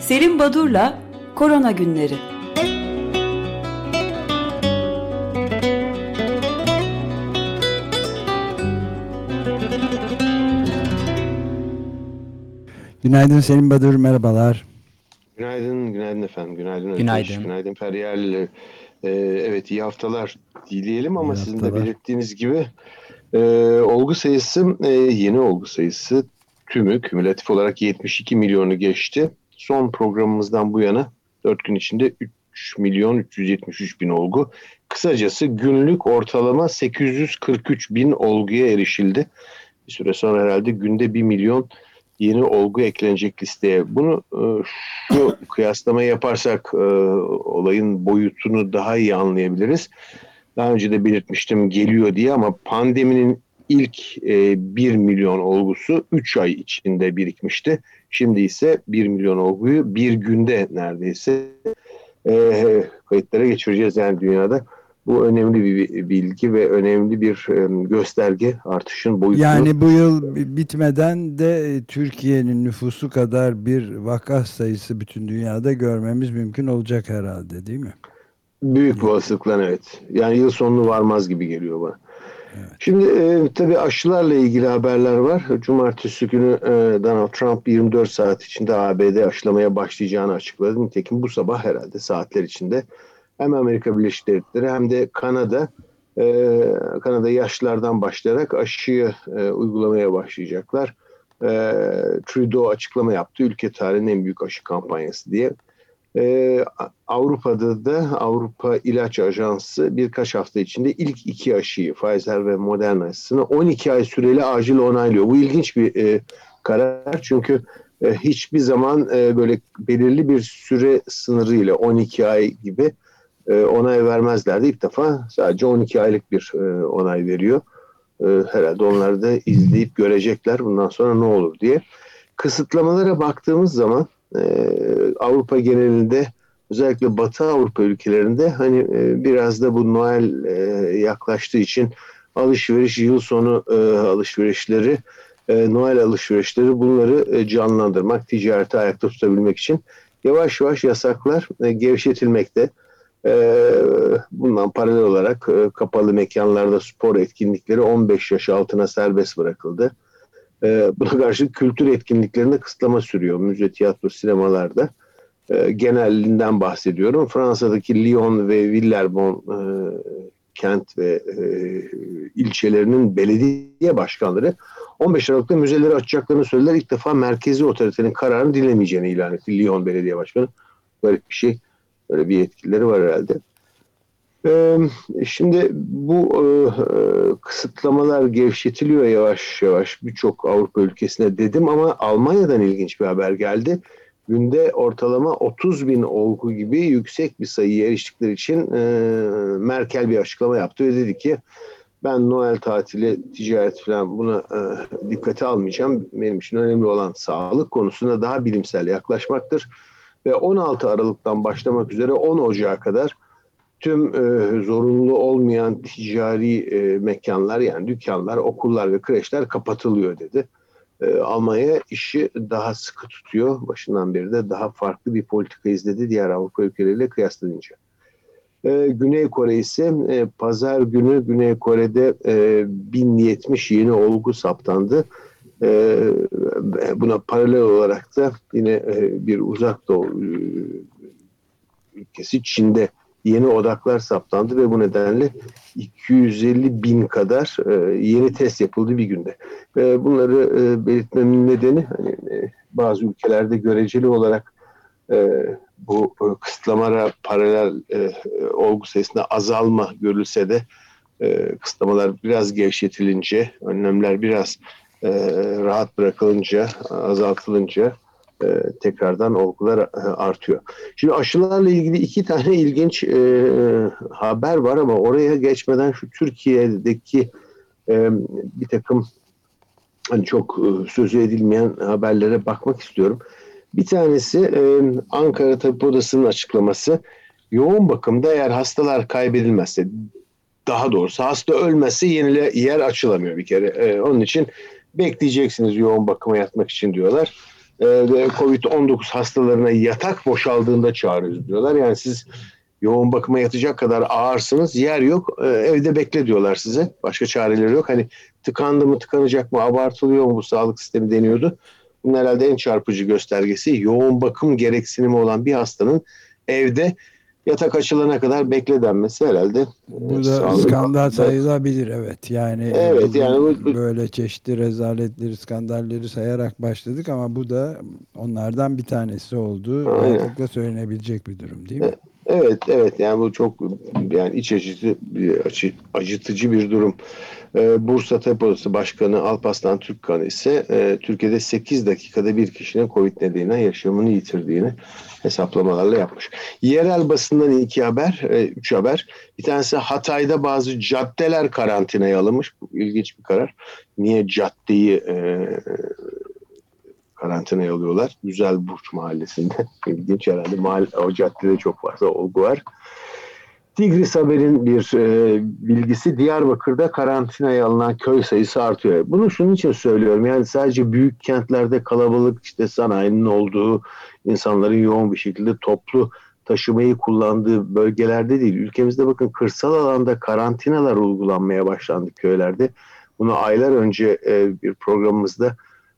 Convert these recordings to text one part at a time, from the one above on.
Selim Badur'la Korona Günleri. Günaydın Selim Badur, merhabalar. Günaydın efendim, günaydın Ökkeş, Günaydın. günaydın Feryal. Evet, iyi haftalar dileyelim ama İyi sizin de haftalar. belirttiğiniz gibi olgu sayısı, yeni olgu sayısı tümü kümülatif olarak 72 milyonu geçti. Son programımızdan bu yana 4 gün içinde 3 milyon 373 bin olgu. Kısacası günlük ortalama 843 bin olguya erişildi. Bir süre sonra herhalde günde 1 milyon yeni olgu eklenecek listeye. Bunu şu kıyaslamayı yaparsak olayın boyutunu daha iyi anlayabiliriz. Daha önce de belirtmiştim geliyor diye ama pandeminin ilk 1 milyon olgusu 3 ay içinde birikmişti. Şimdi ise 1 milyon olguyu bir günde neredeyse kayıtlara geçireceğiz yani dünyada. Bu önemli bir bilgi ve önemli bir gösterge artışın boyutunu. Yani bu yıl bitmeden de Türkiye'nin nüfusu kadar bir vaka sayısı bütün dünyada görmemiz mümkün olacak herhalde, değil mi? Büyük olasılıkla evet. Yani yıl sonunu varmaz gibi geliyor bana. Evet. Şimdi tabii aşılarla ilgili haberler var. Cumartesi günü Donald Trump 24 saat içinde ABD aşılamaya başlayacağını açıkladı. Nitekim bu sabah herhalde saatler içinde hem Amerika Birleşik Devletleri hem de Kanada yaşlılardan başlayarak aşıyı uygulamaya başlayacaklar. Trudeau açıklama yaptı. Ülke tarihinin en büyük aşı kampanyası diye. Avrupa'da da Avrupa İlaç Ajansı birkaç hafta içinde ilk 2 aşıyı Pfizer ve Moderna aşısını 12 ay süreli acil onaylıyor. Bu ilginç bir karar çünkü hiçbir zaman böyle belirli bir süre sınırıyla 12 ay gibi onay vermezlerdi. İlk defa sadece 12 aylık bir onay veriyor. Herhalde onlar da izleyip görecekler bundan sonra ne olur diye. Kısıtlamalara baktığımız zaman Avrupa genelinde özellikle Batı Avrupa ülkelerinde hani biraz da bu Noel yaklaştığı için alışveriş, yıl sonu alışverişleri, Noel alışverişleri bunları canlandırmak, ticareti ayakta tutabilmek için yavaş yavaş yasaklar gevşetilmekte. Bundan paralel olarak kapalı mekanlarda spor etkinlikleri 15 yaş altına serbest bırakıldı. Buna karşı kültür etkinliklerinde kısıtlama sürüyor. Müze, tiyatro, sinemalarda. Genelinden bahsediyorum. Fransa'daki Lyon ve Villeurbanne kent ve ilçelerinin belediye başkanları 15 Aralık'ta müzeleri açacaklarını söylediler. İlk defa merkezi otoritenin kararını dinlemeyeceğini ilan etti Lyon Belediye Başkanı. Garip bir şey. Böyle bir yetkileri var herhalde. Şimdi bu kısıtlamalar gevşetiliyor yavaş yavaş birçok Avrupa ülkesine dedim ama Almanya'dan ilginç bir haber geldi. Günde ortalama 30 bin olgu gibi yüksek bir sayıya eriştikleri için Merkel bir açıklama yaptı ve dedi ki ben Noel tatili, ticaret falan buna dikkate almayacağım. Benim için önemli olan sağlık konusuna daha bilimsel yaklaşmaktır. Ve 16 Aralık'tan başlamak üzere 10 Ocağı kadar tüm zorunlu olmayan ticari mekanlar yani dükkanlar, okullar ve kreşler kapatılıyor dedi. Almanya işi daha sıkı tutuyor. Başından beri de daha farklı bir politika izledi diğer Avrupa ülkeleriyle kıyaslayınca. Güney Kore ise pazar günü Güney Kore'de 1070 yeni olgu saptandı. Buna paralel olarak da yine bir uzak doğu ülkesi Çin'de yeni odaklar saptandı ve bu nedenle 250 bin kadar yeni test yapıldı bir günde. Bunları belirtmemin nedeni hani, bazı ülkelerde göreceli olarak bu kısıtlamalara paralel olgu sayısında azalma görülse de kısıtlamalar biraz gevşetilince, önlemler biraz rahat bırakılınca, azaltılınca tekrardan olgular artıyor. Şimdi aşılarla ilgili 2 tane ilginç haber var ama oraya geçmeden şu Türkiye'deki bir takım hani çok sözü edilmeyen haberlere bakmak istiyorum. Bir tanesi Ankara Tabip Odası'nın açıklaması. Yoğun bakımda eğer hastalar kaybedilmezse, daha doğrusu hasta ölmezse yeni yer açılamıyor bir kere. Onun için bekleyeceksiniz yoğun bakıma yatmak için diyorlar. ve COVID-19 hastalarına yatak boşaldığında çağırıyoruz diyorlar. Yani siz yoğun bakıma yatacak kadar ağırsınız, yer yok, evde bekle diyorlar size. Başka çareleri yok. Hani tıkandı mı, tıkanacak mı, abartılıyor mu bu sağlık sistemi deniyordu. Bunun herhalde en çarpıcı göstergesi, yoğun bakım gereksinimi olan bir hastanın evde yatak açılana kadar bekle denmesi herhalde. Bu da skandal sayılabilir, evet. Yani evet, yani böyle çeşitli rezaletleri, skandalleri sayarak başladık ama bu da onlardan bir tanesi oldu. Rahatlıkla söylenebilecek bir durum, değil mi? Evet, yani bu çok yani iç acıtıcı bir durum. Bursa Tabip Odası Başkanı Alparslan Türkkan ise Türkiye'de 8 dakikada bir kişinin Covid nedeniyle yaşamını yitirdiğini hesaplamalarla yapmış. Yerel basından üç haber. Bir tanesi, Hatay'da bazı caddeler karantinaya alınmış. Bu ilginç bir karar. Niye caddeyi karantinaya alıyorlar? Güzelburç Mahallesi'nde. İlginç herhalde. O caddede çok fazla olgu var. Tigris Haber'in bir bilgisi, Diyarbakır'da karantinaya alınan köy sayısı artıyor. Bunu şunun için söylüyorum. Yani sadece büyük kentlerde kalabalık, işte sanayinin olduğu, insanların yoğun bir şekilde toplu taşımayı kullandığı bölgelerde değil. Ülkemizde bakın kırsal alanda karantinalar uygulanmaya başlandı köylerde. Bunu aylar önce bir programımızda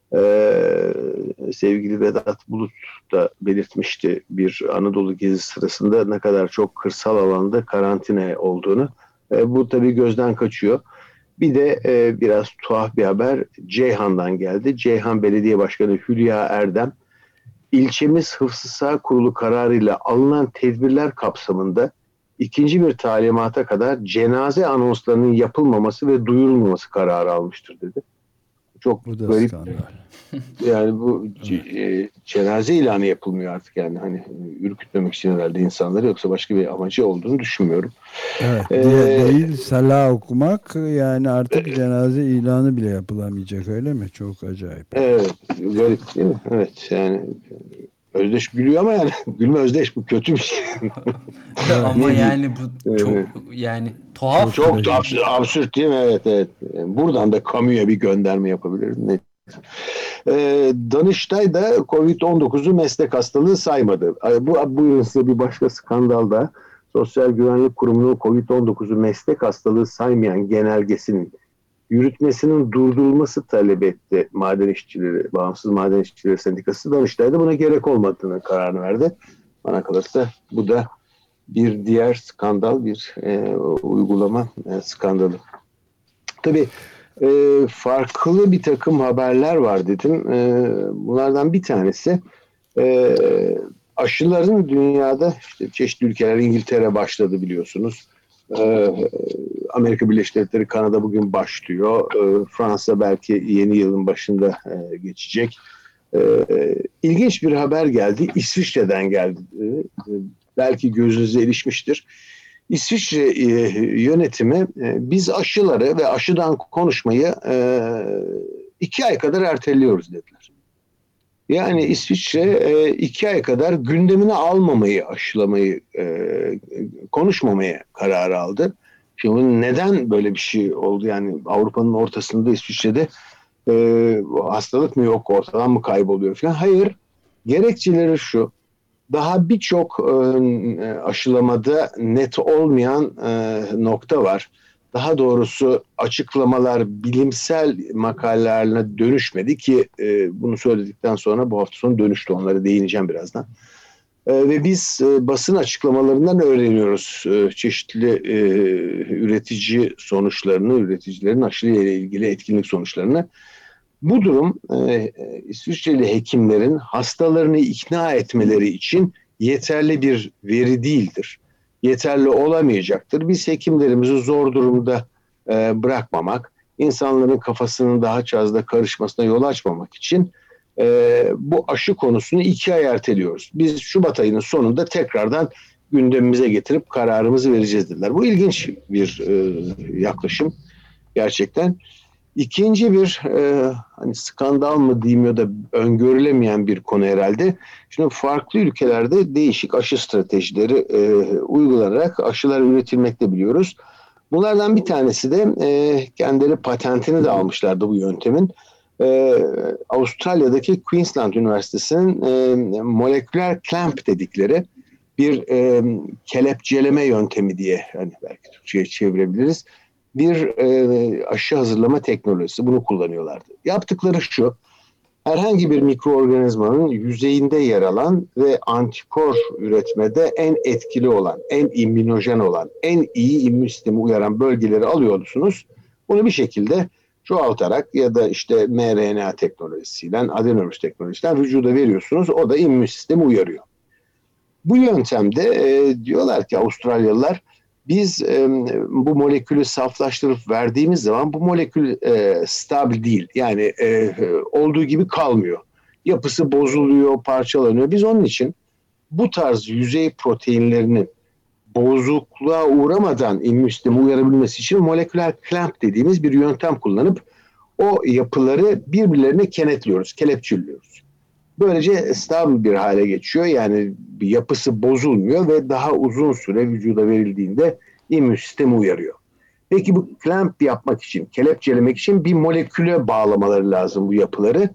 sevgili Vedat Bulut da belirtmişti, bir Anadolu gezisi sırasında ne kadar çok kırsal alanda karantina olduğunu. Bu tabii gözden kaçıyor. Bir de biraz tuhaf bir haber Ceyhan'dan geldi. Ceyhan Belediye Başkanı Hülya Erdem, ilçemiz Hıfzı Sağ Kurulu kararıyla alınan tedbirler kapsamında ikinci bir talimata kadar cenaze anonslarının yapılmaması ve duyurulmaması kararı almıştır dedi. Çok bu da garip. skandal. Yani bu cenaze ilanı yapılmıyor artık, yani hani ürkütmemek için herhalde insanları, yoksa başka bir amacı olduğunu düşünmüyorum. Evet, değil salah okumak, yani artık cenaze ilanı bile yapılamayacak, öyle mi? Çok acayip. Evet, garip değil mi? Evet, yani Özdeş gülüyor ama yani gülme Özdeş, bu kötü bir şey. Ama yani bu çok yani tuhaf. Çok absürt değil mi? Evet. Yani buradan da kamuya bir gönderme yapabiliriz. Ne? Danıştay da Covid-19'u meslek hastalığı saymadı. Bu yıl size bir başka skandalda, Sosyal Güvenlik Kurumu'nun Covid-19'u meslek hastalığı saymayan genelgesinin yürütmesinin durdurulması talep etti maden işçileri, Bağımsız Maden İşçileri Sendikası. Danıştay'da buna gerek olmadığını kararını verdi. Bana kalırsa bu da bir diğer skandal, bir uygulama skandalı. Tabii farklı bir takım haberler var dedim. Bunlardan bir tanesi aşıların dünyada, işte çeşitli ülkeler, İngiltere başladı biliyorsunuz. Amerika Birleşik Devletleri, Kanada bugün başlıyor. Fransa belki yeni yılın başında geçecek. İlginç bir haber geldi. İsviçre'den geldi. Belki gözünüze ilişmiştir. İsviçre yönetimi biz aşıları ve aşıdan konuşmayı 2 ay kadar erteliyoruz dediler. Yani İsviçre 2 ay kadar gündemine almamayı, aşılamayı, konuşmamaya kararı aldı. Şimdi neden böyle bir şey oldu? Yani Avrupa'nın ortasında İsviçre'de hastalık mı yok, ortadan mı kayboluyor falan? Hayır. Gerekçeleri şu. Daha birçok aşılamada net olmayan nokta var. Daha doğrusu açıklamalar bilimsel makalelerine dönüşmedi ki bunu söyledikten sonra bu hafta sonu dönüştü. Onlara değineceğim birazdan. Ve biz basın açıklamalarından öğreniyoruz çeşitli üreticilerin aşıyla ile ilgili etkinlik sonuçlarını. Bu durum İsviçreli hekimlerin hastalarını ikna etmeleri için yeterli bir veri değildir. Yeterli olamayacaktır. Biz hekimlerimizi zor durumda bırakmamak, insanların kafasının daha fazla karışmasına yol açmamak için bu aşı konusunu 2 ay erteliyoruz. Biz Şubat ayının sonunda tekrardan gündemimize getirip kararımızı vereceğiz dediler. Bu ilginç bir yaklaşım gerçekten. İkinci bir hani skandal mı diyeyim ya da öngörülemeyen bir konu herhalde. Şimdi farklı ülkelerde değişik aşı stratejileri uygulanarak aşılar üretilmekte biliyoruz. Bunlardan bir tanesi de kendileri patentini de almışlardı bu yöntemin. Avustralya'daki Queensland Üniversitesi'nin moleküler clamp dedikleri bir kelepçeleme yöntemi diye, hani belki Türkçe'ye çevirebiliriz, bir aşı hazırlama teknolojisi. Bunu kullanıyorlardı. Yaptıkları şu: herhangi bir mikroorganizmanın yüzeyinde yer alan ve antikor üretmede en etkili olan, en immünojen olan, en iyi immün sistemi uyaran bölgeleri alıyorsunuz. Bunu bir şekilde çoğaltarak ya da işte mRNA teknolojisiyle, adenovirüs teknolojisiyle vücuda veriyorsunuz. O da immün sistemi uyarıyor. Bu yöntemde diyorlar ki Avustralyalılar, biz bu molekülü saflaştırıp verdiğimiz zaman bu molekül stabil değil. Yani olduğu gibi kalmıyor. Yapısı bozuluyor, parçalanıyor. Biz onun için bu tarz yüzey proteinlerinin bozukluğa uğramadan immün sistemi uyarabilmesi için moleküler clamp dediğimiz bir yöntem kullanıp o yapıları birbirlerine kenetliyoruz, kelepçeliyoruz. Böylece stabil bir hale geçiyor. Yani bir yapısı bozulmuyor ve daha uzun süre vücuda verildiğinde immün sistemi uyarıyor. Peki bu clamp yapmak için, kelepçelemek için bir moleküle bağlamaları lazım bu yapıları.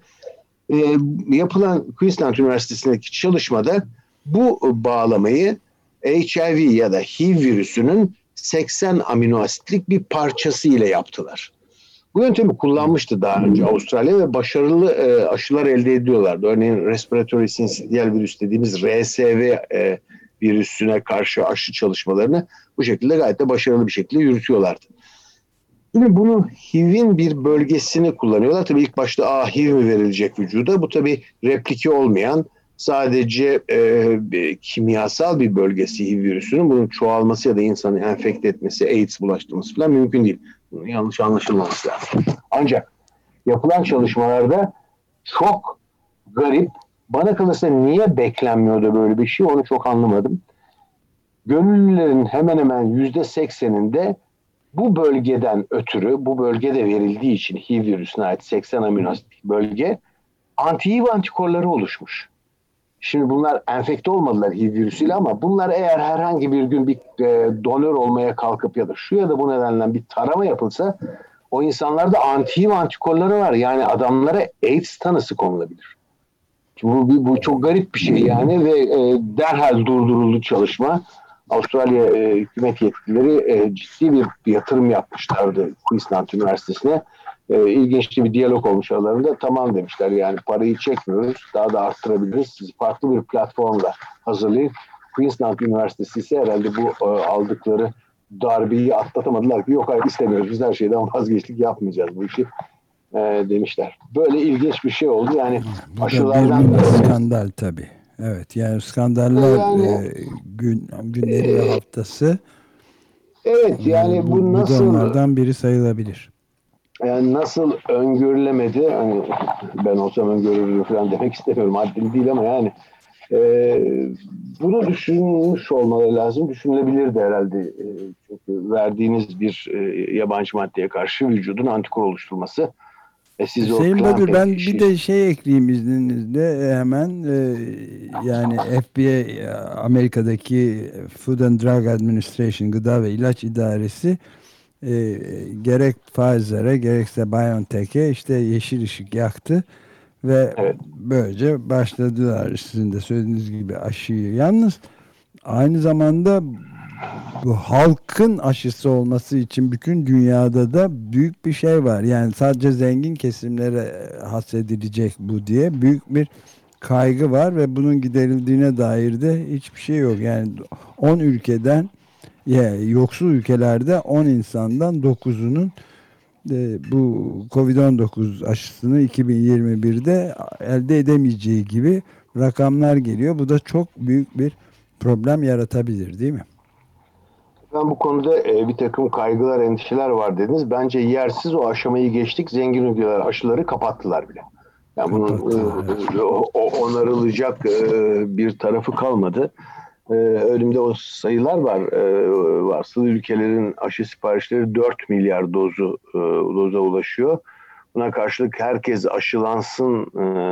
Yapılan Queensland Üniversitesi'ndeki çalışmada bu bağlamayı HIV ya da HIV virüsünün 80 amino asitlik bir parçası ile yaptılar. Bu yöntemi kullanmıştı daha önce Avustralya ve başarılı aşılar elde ediyorlardı. Örneğin respiratory syncytial virüs dediğimiz RSV virüsüne karşı aşı çalışmalarını bu şekilde gayet de başarılı bir şekilde yürütüyorlardı. Şimdi bunu HIV'in bir bölgesini kullanıyorlar. Tabii ilk başta HIV mi verilecek vücuda? Bu tabii replike olmayan, sadece kimyasal bir bölgesi HIV virüsünün. Bunun çoğalması ya da insanı enfekte etmesi, AIDS bulaştırması falan mümkün değil. Bunun yanlış anlaşılmaması lazım. Ancak yapılan çalışmalarda çok garip, bana kalırsa niye beklenmiyordu böyle bir şey, onu çok anlamadım. Gönüllülerin hemen hemen %80'inde bu bölgeden ötürü, bu bölgede verildiği için HIV virüsüne ait 80 amino asit bölge, anti-HIV antikorları oluşmuş. Şimdi bunlar enfekte olmadılar HIV virüsüyle ama bunlar eğer herhangi bir gün bir donör olmaya kalkıp ya da şu ya da bu nedenle bir tarama yapılsa, o insanlarda anti-HIV antikorları var. Yani adamlara AIDS tanısı konulabilir. Bu çok garip bir şey yani ve derhal durduruldu çalışma. Avustralya hükümet yetkilileri ciddi bir yatırım yapmışlardı Queensland Üniversitesi'ne. İlginç bir diyalog olmuş aralarında. Tamam demişler, yani parayı çekmiyoruz, daha da arttırabiliriz. Sizi farklı bir platformla hazırlayın. Queensland Üniversitesi ise herhalde bu aldıkları darbeyi atlatamadılar ki yok hayır istemiyoruz, biz her şeyden vazgeçtik, yapmayacağız bu işi demişler. Böyle ilginç bir şey oldu. Yani bu aşılardan da bir skandal tabii. Evet, yani skandallar yani, günleri ve haftası. evet yani bu Bu da nasıl, onlardan biri sayılabilir. yani nasıl öngörülemedi? Hani ben olsam öngörürüm falan demek istemiyorum. Haddim değil ama yani bunu düşünmüş olmaları lazım. Düşünülebilirdi herhalde. Çünkü verdiğiniz bir yabancı maddeye karşı vücudun antikor oluşturması. Siz o Sayın clamp Badur, ben işi. bir de şey ekleyeyim izninizle hemen. Yani FDA, Amerika'daki Food and Drug Administration, Gıda ve İlaç İdaresi, gerek Pfizer'e gerekse BioNTech'e işte yeşil ışık yaktı ve Evet. böylece başladılar sizin de söylediğiniz gibi aşıyı. Yalnız aynı zamanda bu halkın aşısı olması için bütün dünyada da büyük bir şey var. Yani sadece zengin kesimlere hasredilecek bu diye büyük bir kaygı var ve bunun giderildiğine dair de hiçbir şey yok. Yani 10 ülkeden, yoksul ülkelerde 10 insandan 9'unun bu Covid-19 aşısını 2021'de elde edemeyeceği gibi rakamlar geliyor. Bu da çok büyük bir problem yaratabilir, değil mi? Ben bu konuda bir takım kaygılar, endişeler var dediniz. Bence yersiz, o aşamayı geçtik. Zengin ülkeler aşıları kapattılar bile. Yani bunun Kapattılar, evet. onarılacak bir tarafı kalmadı. Önümde o sayılar var. Varsıl ülkelerin aşı siparişleri 4 milyar doza ulaşıyor. Buna karşılık herkes aşılansın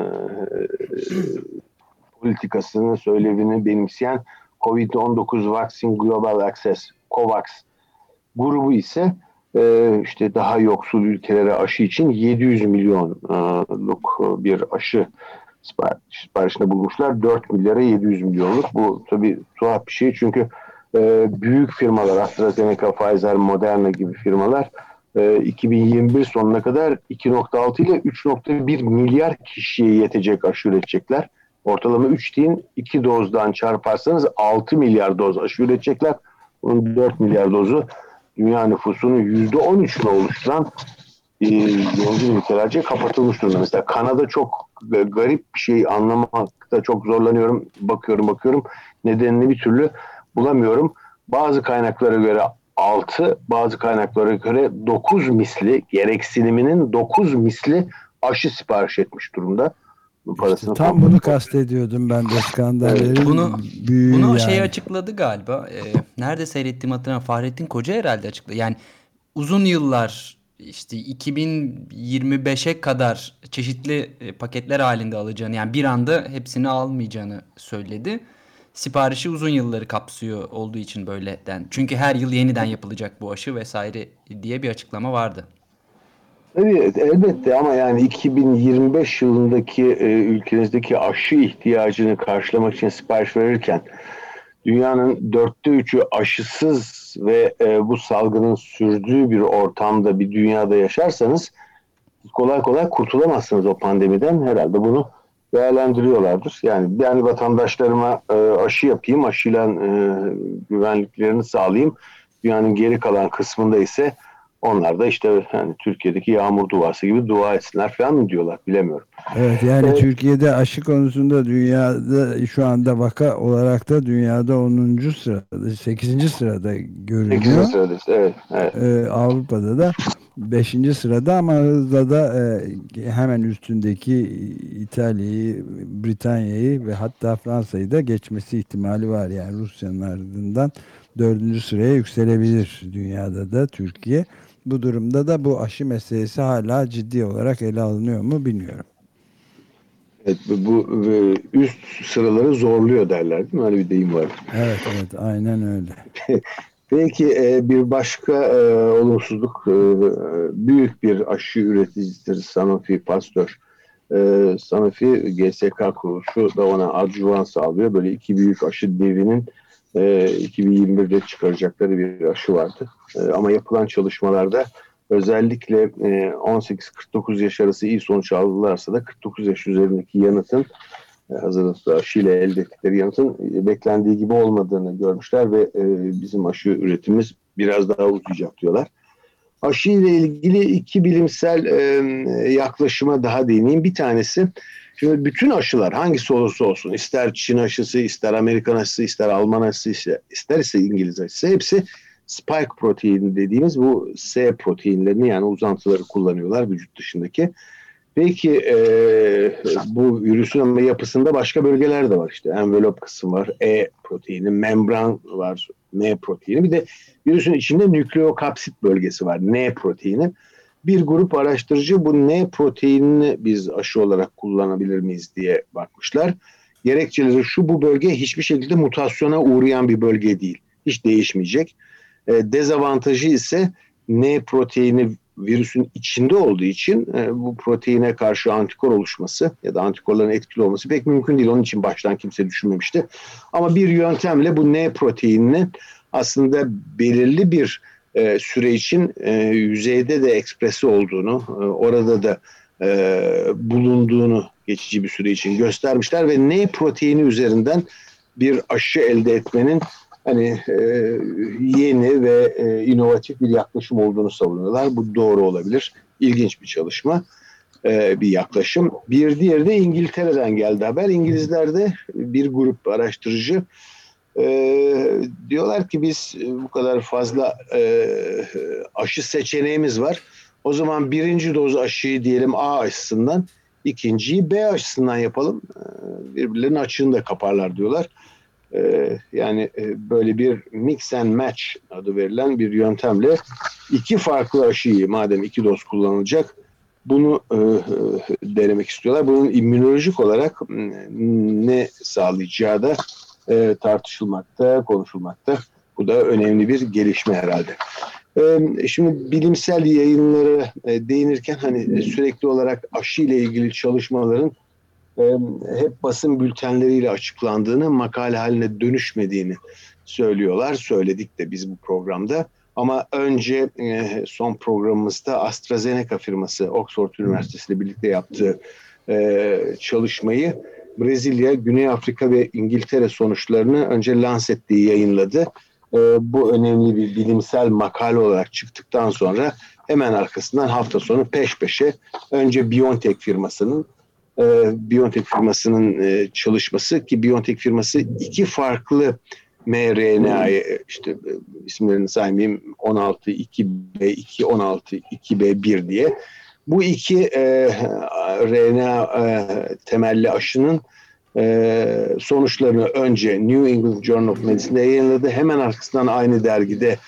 politikasının söylevini benimseyen Covid-19 Vaccine Global Access, COVAX grubu ise işte daha yoksul ülkelere aşı için 700 milyonluk bir aşı siparişinde bulmuşlar. 4 milyara 700 milyonluk. Bu tabii tuhaf bir şey çünkü büyük firmalar, AstraZeneca, Pfizer, Moderna gibi firmalar 2021 sonuna kadar 2,6 ile 3,1 milyar kişiye yetecek aşı üretecekler. Ortalama 3 deyin, 2 dozdan çarparsanız 6 milyar doz aşı üretecekler. Bunun 4 milyar dozu dünya nüfusunun %13'ünü oluşturan zengin ülkelerce kapatılmış durumda. Mesela Kanada çok garip bir şey, anlamakta çok zorlanıyorum. Bakıyorum. Nedenini bir türlü bulamıyorum. Bazı kaynaklara göre 6, bazı kaynaklara göre 9 misli, gereksiniminin 9 misli aşı sipariş etmiş durumda. İşte tam bunu kastediyordum ben de, skandallerin büyüğü bunu yani. şey açıkladı galiba. Nerede seyrettiğimi hatırlamıyorum. Fahrettin Koca herhalde açıkladı. Yani uzun yıllar, işte 2025'e kadar çeşitli paketler halinde alacağını, yani bir anda hepsini almayacağını söyledi. Siparişi uzun yılları kapsıyor olduğu için böyleden. Çünkü her yıl yeniden yapılacak bu aşı vesaire diye bir açıklama vardı. Evet, elbette ama yani 2025 yılındaki ülkenizdeki aşı ihtiyacını karşılamak için sipariş verirken dünyanın 3/4'ü aşısız ve bu salgının sürdüğü bir ortamda, bir dünyada yaşarsanız kolay kolay kurtulamazsınız o pandemiden. Herhalde bunu değerlendiriyorlardır. Yani ben vatandaşlarıma aşı yapayım, aşıyla güvenliklerini sağlayayım. Dünyanın geri kalan kısmında ise onlar da işte hani Türkiye'deki yağmur duası gibi dua etsinler falan mı diyorlar, bilemiyorum. Evet, yani Türkiye'de aşı konusunda dünyada şu anda vaka olarak da dünyada 10. sırada, 8. sırada görünüyor. 8. sıradayız, evet. Avrupa'da da 5. sırada ama hızla da hemen üstündeki İtalya'yı, Britanya'yı ve hatta Fransa'yı da geçmesi ihtimali var. Yani Rusya'nın ardından 4. sıraya yükselebilir dünyada da Türkiye. Bu durumda da bu aşı meselesi hala ciddi olarak ele alınıyor mu bilmiyorum. Evet, bu üst sıraları zorluyor derler değil mi? Öyle bir deyim var. Evet, aynen öyle. Peki bir başka olumsuzluk, büyük bir aşı üreticisidir Sanofi Pasteur. Sanofi GSK kuruluşu da ona adjuvan sağlıyor. Böyle iki büyük aşı devinin 2021'de çıkaracakları bir aşı vardı. Ama yapılan çalışmalarda özellikle 18-49 yaş arası iyi sonuç aldılarsa da 49 yaş üzerindeki yanıtın, hazırlıklı aşıyla elde ettikleri yanıtın beklendiği gibi olmadığını görmüşler ve bizim aşı üretimimiz biraz daha uzayacak diyorlar. Aşı ile ilgili iki bilimsel yaklaşıma daha değineyim. Bir tanesi, şimdi bütün aşılar hangisi olursa olsun, ister Çin aşısı, ister Amerikan aşısı, ister Alman aşısı, isterse İngiliz aşısı, hepsi spike proteini dediğimiz bu S proteinlerini, yani uzantıları kullanıyorlar vücut dışındaki. Peki bu virüsün ama yapısında başka bölgeler de var. İşte envelop kısım var, E proteini, membran var, M proteini. Bir de virüsün içinde nükleokapsit bölgesi var, N proteini. Bir grup araştırıcı bu N proteinini biz aşı olarak kullanabilir miyiz diye bakmışlar. Gerekçeleri şu: bu bölge hiçbir şekilde mutasyona uğrayan bir bölge değil. Hiç değişmeyecek. Dezavantajı ise N proteini virüsün içinde olduğu için bu proteine karşı antikor oluşması ya da antikorların etkili olması pek mümkün değil. Onun için baştan kimse düşünmemişti. Ama bir yöntemle bu N proteininin aslında belirli bir süre için yüzeyde de ekspresi olduğunu, orada da bulunduğunu geçici bir süre için göstermişler ve N proteini üzerinden bir aşı elde etmenin hani yeni ve inovatif bir yaklaşım olduğunu savunuyorlar. Bu doğru olabilir. İlginç bir çalışma, bir yaklaşım. Bir diğeri de İngiltere'den geldi haber. İngilizlerde bir grup araştırıcı diyorlar ki biz bu kadar fazla aşı seçeneğimiz var. O zaman birinci doz aşıyı diyelim A aşısından, ikinciyi B aşısından yapalım. Birbirlerinin açığını da kaparlar diyorlar. Yani böyle bir mix and match adı verilen bir yöntemle iki farklı aşıyı, madem iki doz kullanılacak, bunu denemek istiyorlar. Bunun immünolojik olarak ne sağlayacağı da tartışılmakta, konuşulmakta. Bu da önemli bir gelişme herhalde. Şimdi bilimsel yayınlara değinirken hani sürekli olarak aşı ile ilgili çalışmaların hep basın bültenleriyle açıklandığını, makale haline dönüşmediğini söylüyorlar. Söyledik de biz bu programda. Ama önce son programımızda AstraZeneca firması Oxford Üniversitesi ile birlikte yaptığı çalışmayı Brezilya, Güney Afrika ve İngiltere sonuçlarını önce Lancet'te yayınladı. Bu önemli bir bilimsel makale olarak çıktıktan sonra hemen arkasından hafta sonu peş peşe önce BioNTech çalışması, ki BioNTech firması iki farklı mRNA'yı, işte isimlerini saymayayım, 16-2B2, 16-2B1 diye, bu iki RNA temelli aşının sonuçlarını önce New England Journal of Medicine'de yayınladı. Hemen arkasından aynı dergide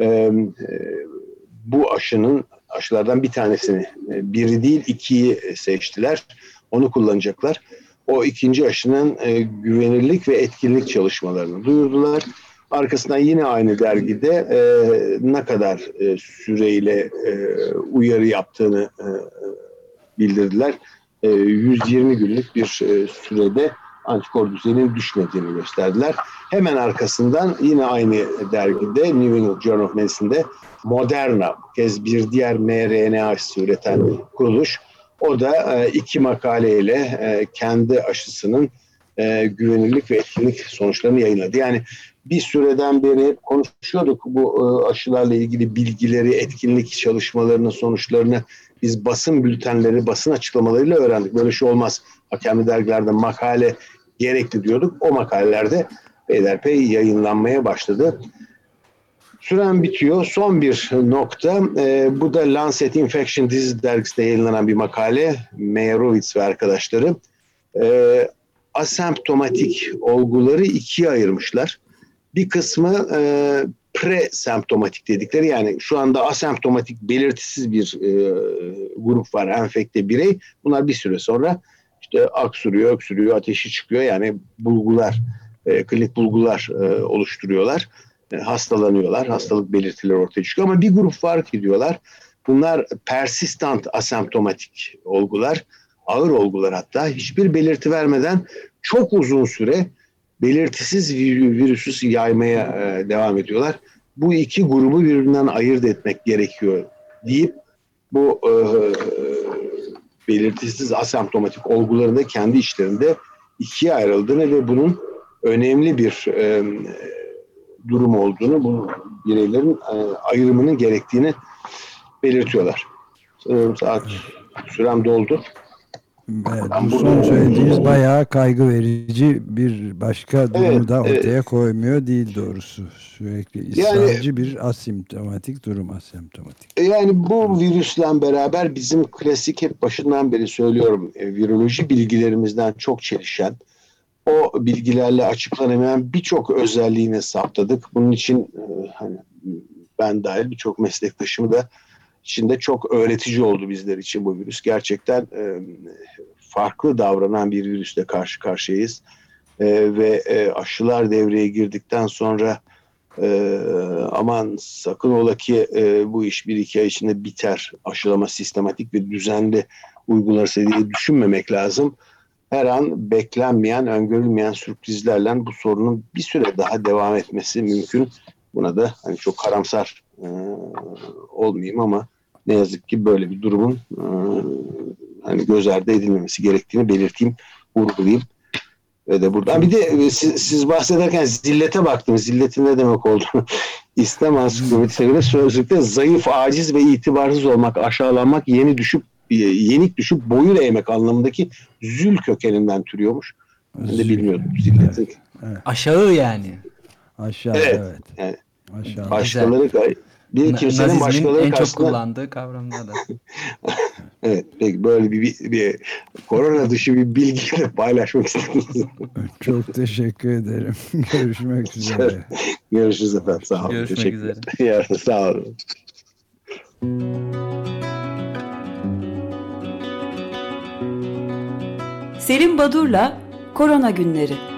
bu aşılardan bir tanesini, biri değil ikiyi seçtiler. Onu kullanacaklar. O ikinci aşının güvenilirlik ve etkinlik çalışmalarını duyurdular. Arkasından yine aynı dergide ne kadar süreyle uyarı yaptığını bildirdiler. 120 günlük bir sürede antikor düzeyinin düşmediğini gösterdiler. Hemen arkasından yine aynı dergide New England Journal of Medicine'de Moderna, kez bir diğer mRNA aşısı üreten kuruluş, o da iki makaleyle kendi aşısının güvenilirlik ve etkinlik sonuçlarını yayınladı. Yani bir süreden beri konuşuyorduk bu aşılarla ilgili bilgileri, etkinlik çalışmalarının sonuçlarını biz basın bültenleri, basın açıklamalarıyla öğrendik. Böyle şey olmaz. Hakemli dergilerde makale gerekli diyorduk. O makalelerde peyderpey yayınlanmaya başladı. Süren bitiyor. Son bir nokta. Bu da Lancet Infection Disease dergisinde yayınlanan bir makale. Meyerowitz ve arkadaşları. Asemptomatik olguları ikiye ayırmışlar. Bir kısmı pre-semptomatik dedikleri, yani şu anda asemptomatik, belirtisiz bir grup var, enfekte birey. Bunlar bir süre sonra işte aksırıyor, öksürüyor, ateşi çıkıyor. Yani bulgular, klinik bulgular oluşturuyorlar. Hastalanıyorlar, hastalık belirtileri ortaya çıkıyor. Ama bir grup var ki diyorlar, bunlar persistent asemptomatik olgular, ağır olgular, hatta hiçbir belirti vermeden çok uzun süre belirtisiz virüsü yaymaya devam ediyorlar. Bu iki grubu birbirinden ayırt etmek gerekiyor deyip bu belirtisiz asemptomatik olguların da kendi içlerinde ikiye ayrıldığını ve bunun önemli bir durum olduğunu, bu bireylerin ayrımının gerektiğini belirtiyorlar. Saat sürem doldu. Evet, bu son söylediğiniz bayağı kaygı verici bir başka durumu da ortaya koymuyor değil doğrusu. Sürekli ısrarcı bir asimptomatik durum, asemptomatik. Yani bu virüsle beraber bizim klasik, hep başından beri söylüyorum, viroloji bilgilerimizden çok çelişen, o bilgilerle açıklanamayan birçok özelliğine saptadık. Bunun için hani ben dahil birçok meslektaşımı da içinde çok öğretici oldu bizler için bu virüs. Gerçekten farklı davranan bir virüsle karşı karşıyayız. Ve aşılar devreye girdikten sonra aman sakın ola ki bu iş 1-2 ay içinde biter, aşılama sistematik ve düzenli uygulanırsa diye düşünmemek lazım. Her an beklenmeyen, öngörülmeyen sürprizlerle bu sorunun bir süre daha devam etmesi mümkün. Buna da hani çok karamsar olmayayım ama ne yazık ki böyle bir durumun hani göz ardı edilmemesi gerektiğini belirteyim, vurgulayayım. Ve de buradan bir de siz bahsederken zillete baktım. Zilletin ne demek olduğunu. İslam Ansiklopedisi'ne göre sözlükte zayıf, aciz ve itibarsız olmak, aşağılanmak, yenik düşüp boyun eğmek anlamındaki zül kökeninden türüyormuş. Ben de bilmiyordum zilletin. Evet. Aşağı yani. Aşağı, evet. Yani aşağı. başkaları, bir kimsenin Nazizmin başkaları en çok karşısında... kullandığı kavramlar da. Evet, peki böyle bir korona dışı bir bilgiyle paylaşmak istedim. Çok teşekkür ederim. Görüşmek üzere. Görüşürüz efendim. Sağ olun. Görüşmek üzere. Ya, sağ olun. Selim Badur'la Korona Günleri.